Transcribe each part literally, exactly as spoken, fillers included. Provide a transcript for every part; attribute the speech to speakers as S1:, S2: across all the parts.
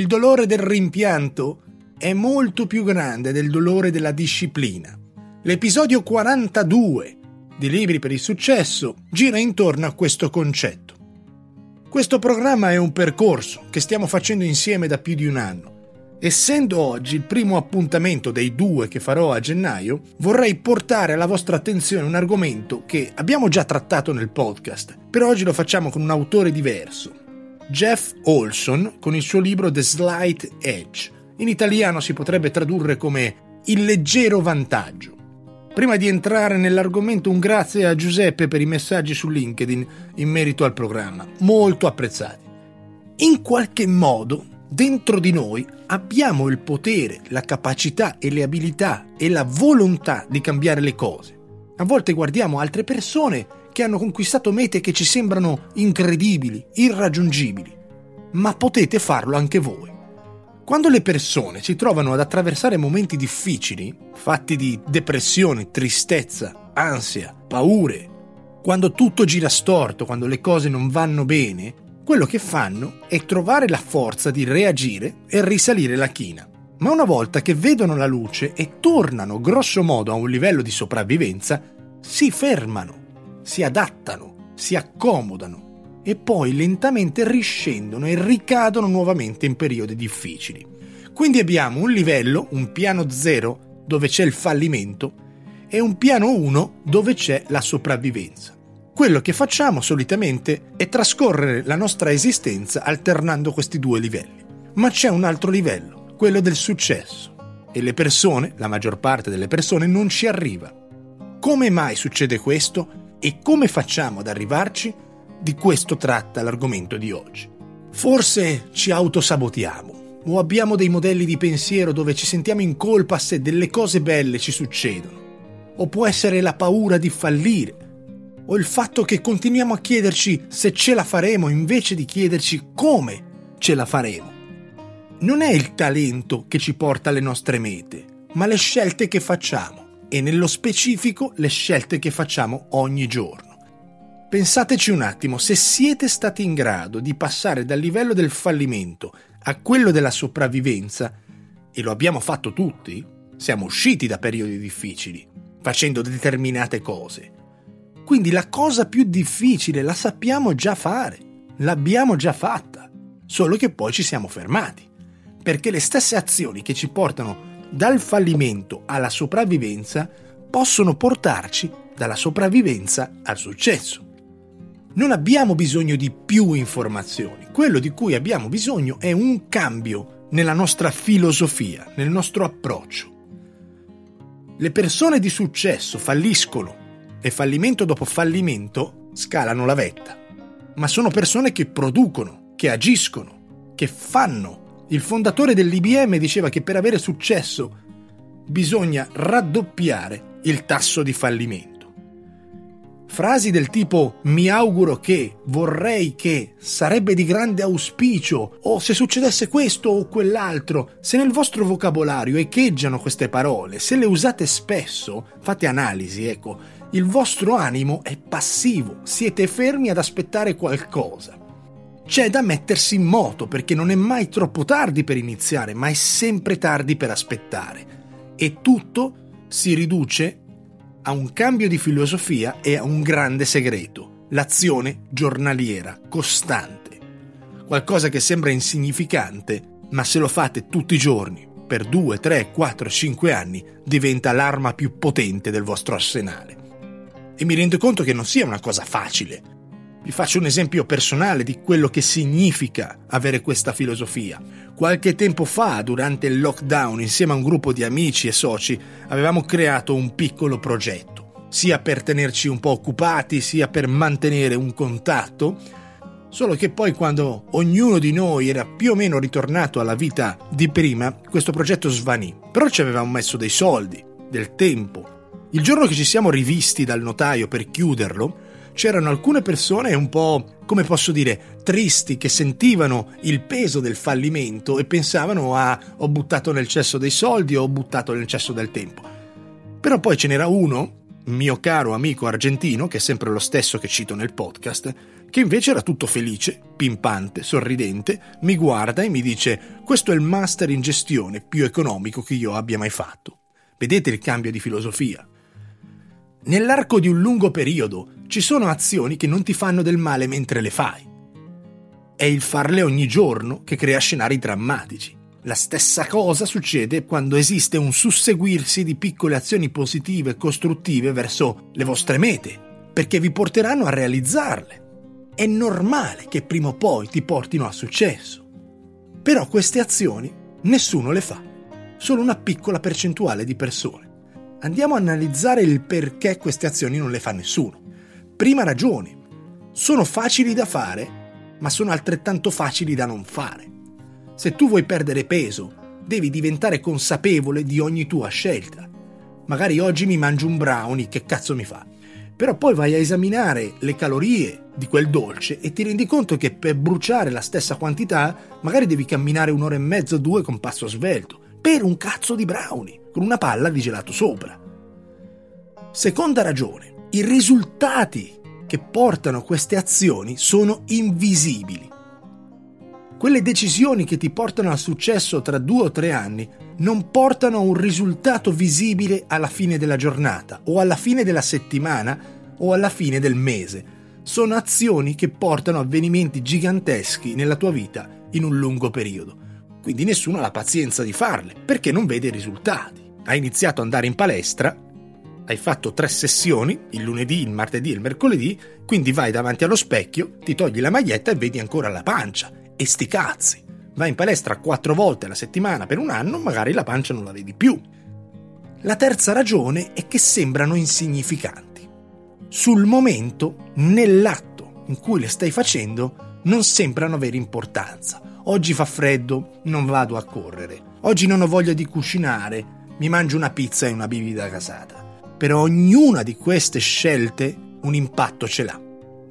S1: dolore del rimpianto è molto più grande del dolore della disciplina. L'episodio quarantadue di Libri per il Successo gira intorno a questo concetto. Questo programma è un percorso che stiamo facendo insieme da più di un anno. Essendo oggi il primo appuntamento dei due che farò a gennaio, vorrei portare alla vostra attenzione un argomento che abbiamo già trattato nel podcast, però oggi lo facciamo con un autore diverso. Jeff Olson con il suo libro The Slight Edge. In italiano si potrebbe tradurre come Il leggero vantaggio. Prima di entrare nell'argomento, un grazie a Giuseppe per i messaggi su LinkedIn in merito al programma, molto apprezzati. In qualche modo, dentro di noi abbiamo il potere, la capacità e le abilità e la volontà di cambiare le cose. A volte guardiamo altre persone che hanno conquistato mete che ci sembrano incredibili, irraggiungibili, ma potete farlo anche voi. Quando le persone si trovano ad attraversare momenti difficili, fatti di depressione, tristezza, ansia, paure, quando tutto gira storto, quando le cose non vanno bene, quello che fanno è trovare la forza di reagire e risalire la china. Ma una volta che vedono la luce e tornano grosso modo a un livello di sopravvivenza, si fermano, si adattano, si accomodano e poi lentamente riscendono e ricadono nuovamente in periodi difficili. Quindi abbiamo un livello, un piano zero, dove c'è il fallimento, e un piano uno dove c'è la sopravvivenza. Quello che facciamo solitamente è trascorrere la nostra esistenza alternando questi due livelli. Ma c'è un altro livello, quello del successo. E le persone, la maggior parte delle persone, non ci arriva. Come mai succede questo? E come facciamo ad arrivarci? Di questo tratta l'argomento di oggi. Forse ci autosabotiamo o abbiamo dei modelli di pensiero dove ci sentiamo in colpa se delle cose belle ci succedono. O può essere la paura di fallire o il fatto che continuiamo a chiederci se ce la faremo invece di chiederci come ce la faremo. Non è il talento che ci porta alle nostre mete, ma le scelte che facciamo e nello specifico le scelte che facciamo ogni giorno. Pensateci un attimo, se siete stati in grado di passare dal livello del fallimento a quello della sopravvivenza, e lo abbiamo fatto tutti, siamo usciti da periodi difficili, facendo determinate cose. Quindi la cosa più difficile la sappiamo già fare, l'abbiamo già fatta, solo che poi ci siamo fermati, perché le stesse azioni che ci portano dal fallimento alla sopravvivenza possono portarci dalla sopravvivenza al successo. Non abbiamo bisogno di più informazioni, quello di cui abbiamo bisogno è un cambio nella nostra filosofia, nel nostro approccio. Le persone di successo falliscono e fallimento dopo fallimento scalano la vetta, ma sono persone che producono, che agiscono, che fanno. Il fondatore dell'I B M diceva che per avere successo bisogna raddoppiare il tasso di fallimento. Frasi del tipo mi auguro che, vorrei che, sarebbe di grande auspicio o se succedesse questo o quell'altro, se nel vostro vocabolario echeggiano queste parole, se le usate spesso, fate analisi, ecco, il vostro animo è passivo, siete fermi ad aspettare qualcosa. C'è da mettersi in moto perché non è mai troppo tardi per iniziare, ma è sempre tardi per aspettare. E tutto si riduce a un cambio di filosofia e a un grande segreto, l'azione giornaliera, costante. Qualcosa che sembra insignificante, ma se lo fate tutti i giorni, per due, tre, quattro, cinque anni, diventa l'arma più potente del vostro arsenale. E mi rendo conto che non sia una cosa facile. Vi faccio un esempio personale di quello che significa avere questa filosofia. Qualche tempo fa, durante il lockdown, insieme a un gruppo di amici e soci, avevamo creato un piccolo progetto, sia per tenerci un po' occupati, sia per mantenere un contatto, solo che poi quando ognuno di noi era più o meno ritornato alla vita di prima, questo progetto svanì. Però ci avevamo messo dei soldi, del tempo. Il giorno che ci siamo rivisti dal notaio per chiuderlo, c'erano alcune persone un po', come posso dire, tristi, che sentivano il peso del fallimento e pensavano a ho buttato nel cesso dei soldi o ho buttato nel cesso del tempo. Però poi ce n'era uno, mio caro amico argentino, che è sempre lo stesso che cito nel podcast, che invece era tutto felice, pimpante, sorridente, mi guarda e mi dice: questo è il master in gestione più economico che io abbia mai fatto. Vedete il cambio di filosofia? Nell'arco di un lungo periodo ci sono azioni che non ti fanno del male mentre le fai. È il farle ogni giorno che crea scenari drammatici. La stessa cosa succede quando esiste un susseguirsi di piccole azioni positive e costruttive verso le vostre mete, perché vi porteranno a realizzarle. È normale che prima o poi ti portino a successo. Però queste azioni nessuno le fa, solo una piccola percentuale di persone. Andiamo a analizzare il perché queste azioni non le fa nessuno. Prima ragione: sono facili da fare, ma sono altrettanto facili da non fare. Se tu vuoi perdere peso, devi diventare consapevole di ogni tua scelta. Magari oggi mi mangio un brownie, che cazzo mi fa? Però poi vai a esaminare le calorie di quel dolce e ti rendi conto che per bruciare la stessa quantità magari devi camminare un'ora e mezzo, due con passo svelto, per un cazzo di brownie, con una palla di gelato sopra. Seconda ragione: i risultati che portano queste azioni sono invisibili. Quelle decisioni che ti portano al successo tra due o tre anni non portano a un risultato visibile alla fine della giornata, o alla fine della settimana, o alla fine del mese. Sono azioni che portano avvenimenti giganteschi nella tua vita in un lungo periodo. Quindi nessuno ha la pazienza di farle, perché non vede i risultati. Hai iniziato ad andare in palestra, hai fatto tre sessioni, il lunedì, il martedì e il mercoledì, quindi vai davanti allo specchio, ti togli la maglietta e vedi ancora la pancia. E sti cazzi, vai in palestra quattro volte alla settimana per un anno, magari la pancia non la vedi più. La terza ragione è che sembrano insignificanti. Sul momento, nell'atto in cui le stai facendo, non sembrano avere importanza. Oggi fa freddo, non vado a correre. Oggi non ho voglia di cucinare, mi mangio una pizza e una bibita gasata. Per ognuna di queste scelte un impatto ce l'ha.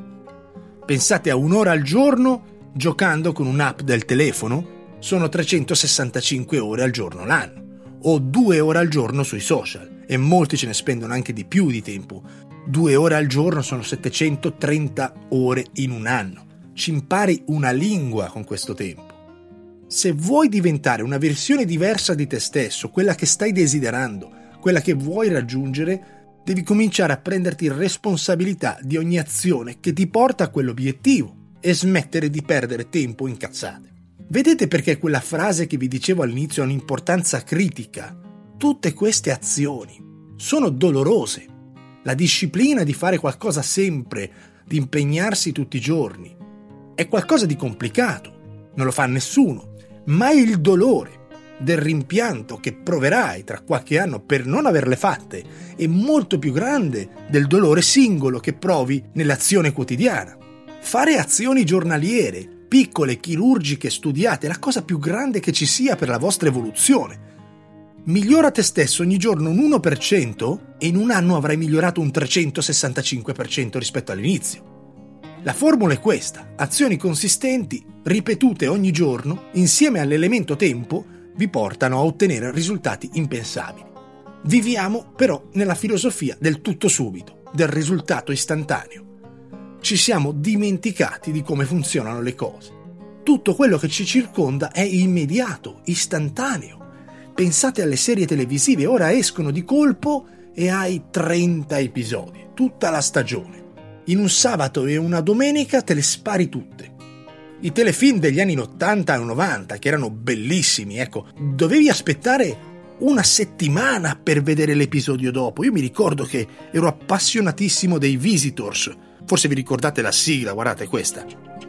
S1: Pensate a un'ora al giorno giocando con un'app del telefono, sono trecentosessantacinque ore al giorno l'anno, o due ore al giorno sui social, e molti ce ne spendono anche di più di tempo. Due ore al giorno sono settecentotrenta ore in un anno. Ci impari una lingua con questo tempo. Se vuoi diventare una versione diversa di te stesso, quella che stai desiderando, quella che vuoi raggiungere, devi cominciare a prenderti responsabilità di ogni azione che ti porta a quell'obiettivo e smettere di perdere tempo in cazzate. Vedete perché quella frase che vi dicevo all'inizio ha un'importanza critica? Tutte queste azioni sono dolorose. La disciplina di fare qualcosa sempre, di impegnarsi tutti i giorni, è qualcosa di complicato, non lo fa nessuno, ma il dolore del rimpianto che proverai tra qualche anno per non averle fatte è molto più grande del dolore singolo che provi nell'azione quotidiana. Fare azioni giornaliere, piccole, chirurgiche, studiate, è la cosa più grande che ci sia per la vostra evoluzione. Migliora te stesso ogni giorno un uno per cento e in un anno avrai migliorato un trecentosessantacinque per cento rispetto all'inizio. La formula è questa: azioni consistenti, ripetute ogni giorno, insieme all'elemento tempo, vi portano a ottenere risultati impensabili. Viviamo però nella filosofia del tutto subito, del risultato istantaneo. Ci siamo dimenticati di come funzionano le cose. Tutto quello che ci circonda è immediato, istantaneo. Pensate alle serie televisive, ora escono di colpo e hai trenta episodi, tutta la stagione. In un sabato e una domenica te le spari tutte. I telefilm degli anni ottanta e novanta, che erano bellissimi, ecco, dovevi aspettare una settimana per vedere l'episodio dopo. Io mi ricordo che ero appassionatissimo dei Visitors. Forse vi ricordate la sigla, guardate questa.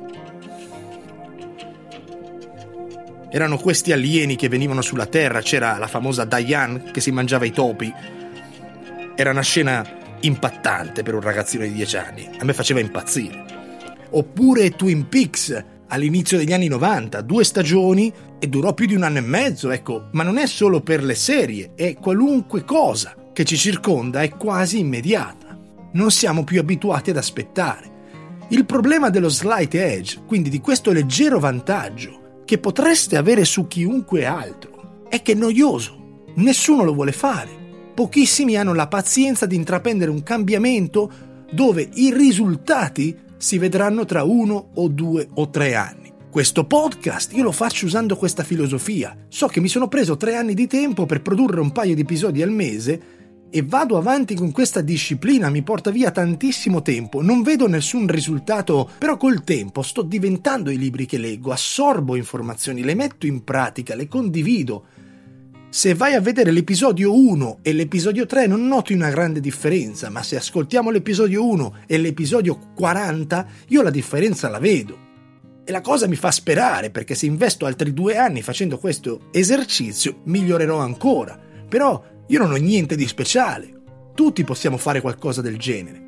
S1: Erano questi alieni che venivano sulla Terra, c'era la famosa Diane che si mangiava i topi. Era una scena impattante per un ragazzino di dieci anni, a me faceva impazzire. Oppure Twin Peaks, all'inizio degli anni novanta, due stagioni e durò più di un anno e mezzo, ecco, ma non è solo per le serie, è qualunque cosa che ci circonda, è quasi immediata. Non siamo più abituati ad aspettare. Il problema dello slight edge, quindi di questo leggero vantaggio che potreste avere su chiunque altro, è che è noioso, nessuno lo vuole fare. pochissimi hanno la pazienza di intraprendere un cambiamento dove i risultati si vedranno tra uno o due o tre anni. Questo podcast io lo faccio usando questa filosofia. So che mi sono preso tre anni di tempo per produrre un paio di episodi al mese e vado avanti con questa disciplina, mi porta via tantissimo tempo, non vedo nessun risultato, però col tempo sto diventando i libri che leggo, assorbo informazioni, le metto in pratica, le condivido. Se vai a vedere l'episodio uno e l'episodio tre non noti una grande differenza, ma se ascoltiamo l'episodio uno e l'episodio quaranta, io la differenza la vedo. E la cosa mi fa sperare, perché se investo altri due anni facendo questo esercizio, migliorerò ancora. Però io non ho niente di speciale. Tutti possiamo fare qualcosa del genere.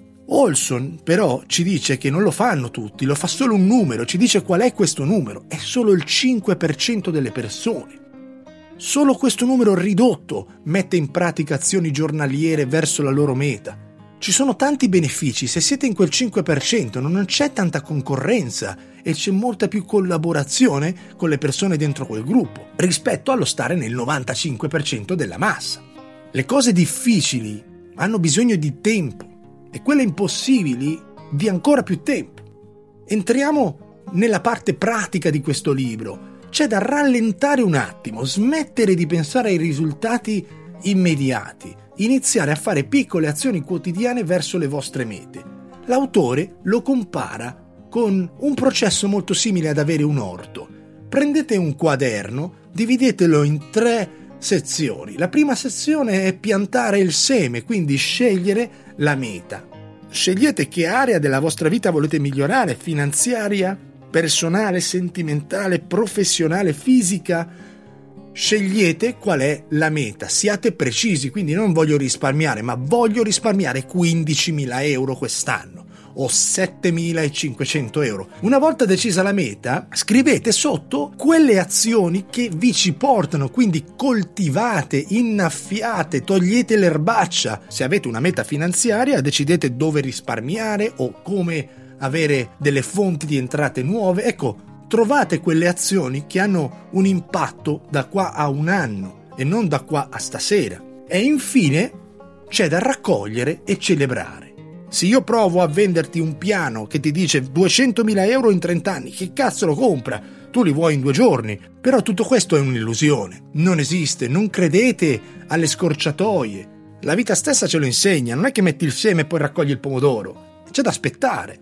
S1: Olson però ci dice che non lo fanno tutti, lo fa solo un numero, ci dice qual è questo numero. È solo il cinque per cento delle persone. Solo questo numero ridotto mette in pratica azioni giornaliere verso la loro meta. Ci sono tanti benefici, se siete in quel cinque per cento non c'è tanta concorrenza e c'è molta più collaborazione con le persone dentro quel gruppo, rispetto allo stare nel novantacinque per cento della massa. Le cose difficili hanno bisogno di tempo e quelle impossibili di ancora più tempo. Entriamo nella parte pratica di questo libro. C'è da rallentare un attimo, smettere di pensare ai risultati immediati, iniziare a fare piccole azioni quotidiane verso le vostre mete. L'autore lo compara con un processo molto simile ad avere un orto. Prendete un quaderno, dividetelo in tre sezioni. La prima sezione è piantare il seme, quindi scegliere la meta. Scegliete che area della vostra vita volete migliorare, finanziaria, personale, sentimentale, professionale, fisica. Scegliete qual è la meta, siate precisi, quindi non voglio risparmiare, ma voglio risparmiare quindicimila euro quest'anno o settemilacinquecento euro. Una volta decisa la meta, scrivete sotto quelle azioni che vi ci portano, quindi coltivate, innaffiate, togliete l'erbaccia. Se avete una meta finanziaria, decidete dove risparmiare o come avere delle fonti di entrate nuove. Ecco, trovate quelle azioni che hanno un impatto da qua a un anno e non da qua a stasera. E infine c'è da raccogliere e celebrare. Se io provo a venderti un piano che ti dice duecentomila euro in trenta anni, che cazzo lo compra? Tu li vuoi in due giorni. Però tutto questo è un'illusione. Non esiste, non credete alle scorciatoie. La vita stessa ce lo insegna, non è che metti il seme e poi raccogli il pomodoro. C'è da aspettare.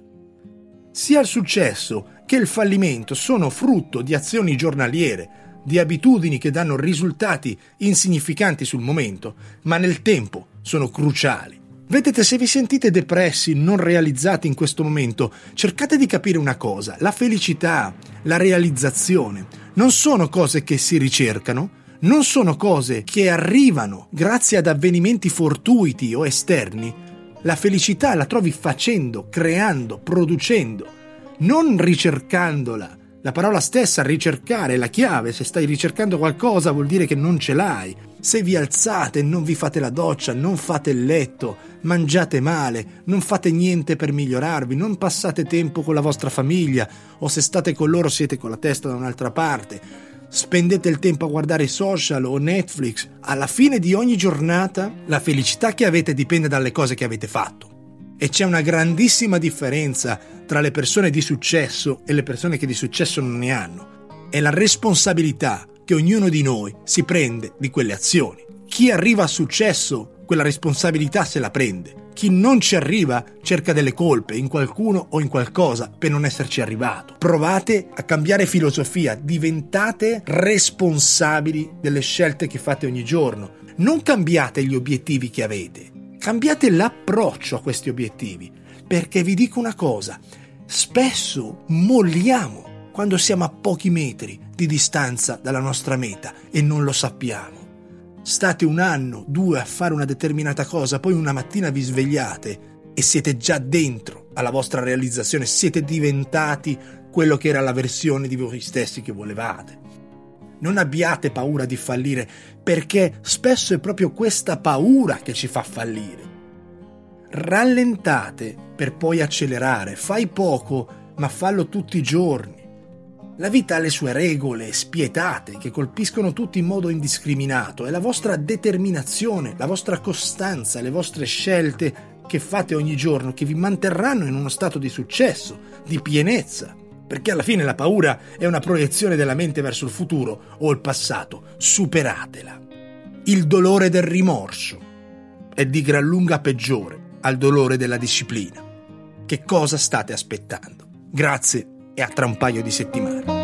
S1: Sia il successo che il fallimento sono frutto di azioni giornaliere, di abitudini che danno risultati insignificanti sul momento, ma nel tempo sono cruciali. Vedete, se vi sentite depressi, non realizzati in questo momento, cercate di capire una cosa: la felicità, la realizzazione, non sono cose che si ricercano, non sono cose che arrivano grazie ad avvenimenti fortuiti o esterni. La felicità la trovi facendo, creando, producendo, non ricercandola. La parola stessa, ricercare, è la chiave. Se stai ricercando qualcosa vuol dire che non ce l'hai. Se vi alzate, non vi fate la doccia, non fate il letto, mangiate male, non fate niente per migliorarvi, non passate tempo con la vostra famiglia, o se state con loro siete con la testa da un'altra parte, spendete il tempo a guardare i social o Netflix, alla fine di ogni giornata la felicità che avete dipende dalle cose che avete fatto. E c'è una grandissima differenza tra le persone di successo e le persone che di successo non ne hanno. È la responsabilità che ognuno di noi si prende di quelle azioni. Chi arriva a successo, quella responsabilità se la prende. Chi non ci arriva cerca delle colpe in qualcuno o in qualcosa per non esserci arrivato. Provate a cambiare filosofia, diventate responsabili delle scelte che fate ogni giorno. Non cambiate gli obiettivi che avete. Cambiate l'approccio a questi obiettivi, perché vi dico una cosa: spesso molliamo quando siamo a pochi metri di distanza dalla nostra meta e non lo sappiamo. State un anno, due a fare una determinata cosa, poi una mattina vi svegliate e siete già dentro alla vostra realizzazione, siete diventati quello che era la versione di voi stessi che volevate. Non abbiate paura di fallire, perché spesso è proprio questa paura che ci fa fallire. Rallentate per poi accelerare, fai poco, ma fallo tutti i giorni. La vita ha le sue regole spietate che colpiscono tutti in modo indiscriminato. È la vostra determinazione, la vostra costanza, le vostre scelte che fate ogni giorno che vi manterranno in uno stato di successo, di pienezza. Perché alla fine la paura è una proiezione della mente verso il futuro o il passato. Superatela. Il dolore del rimorso è di gran lunga peggiore al dolore della disciplina. Che cosa state aspettando? Grazie e a tra un paio di settimane.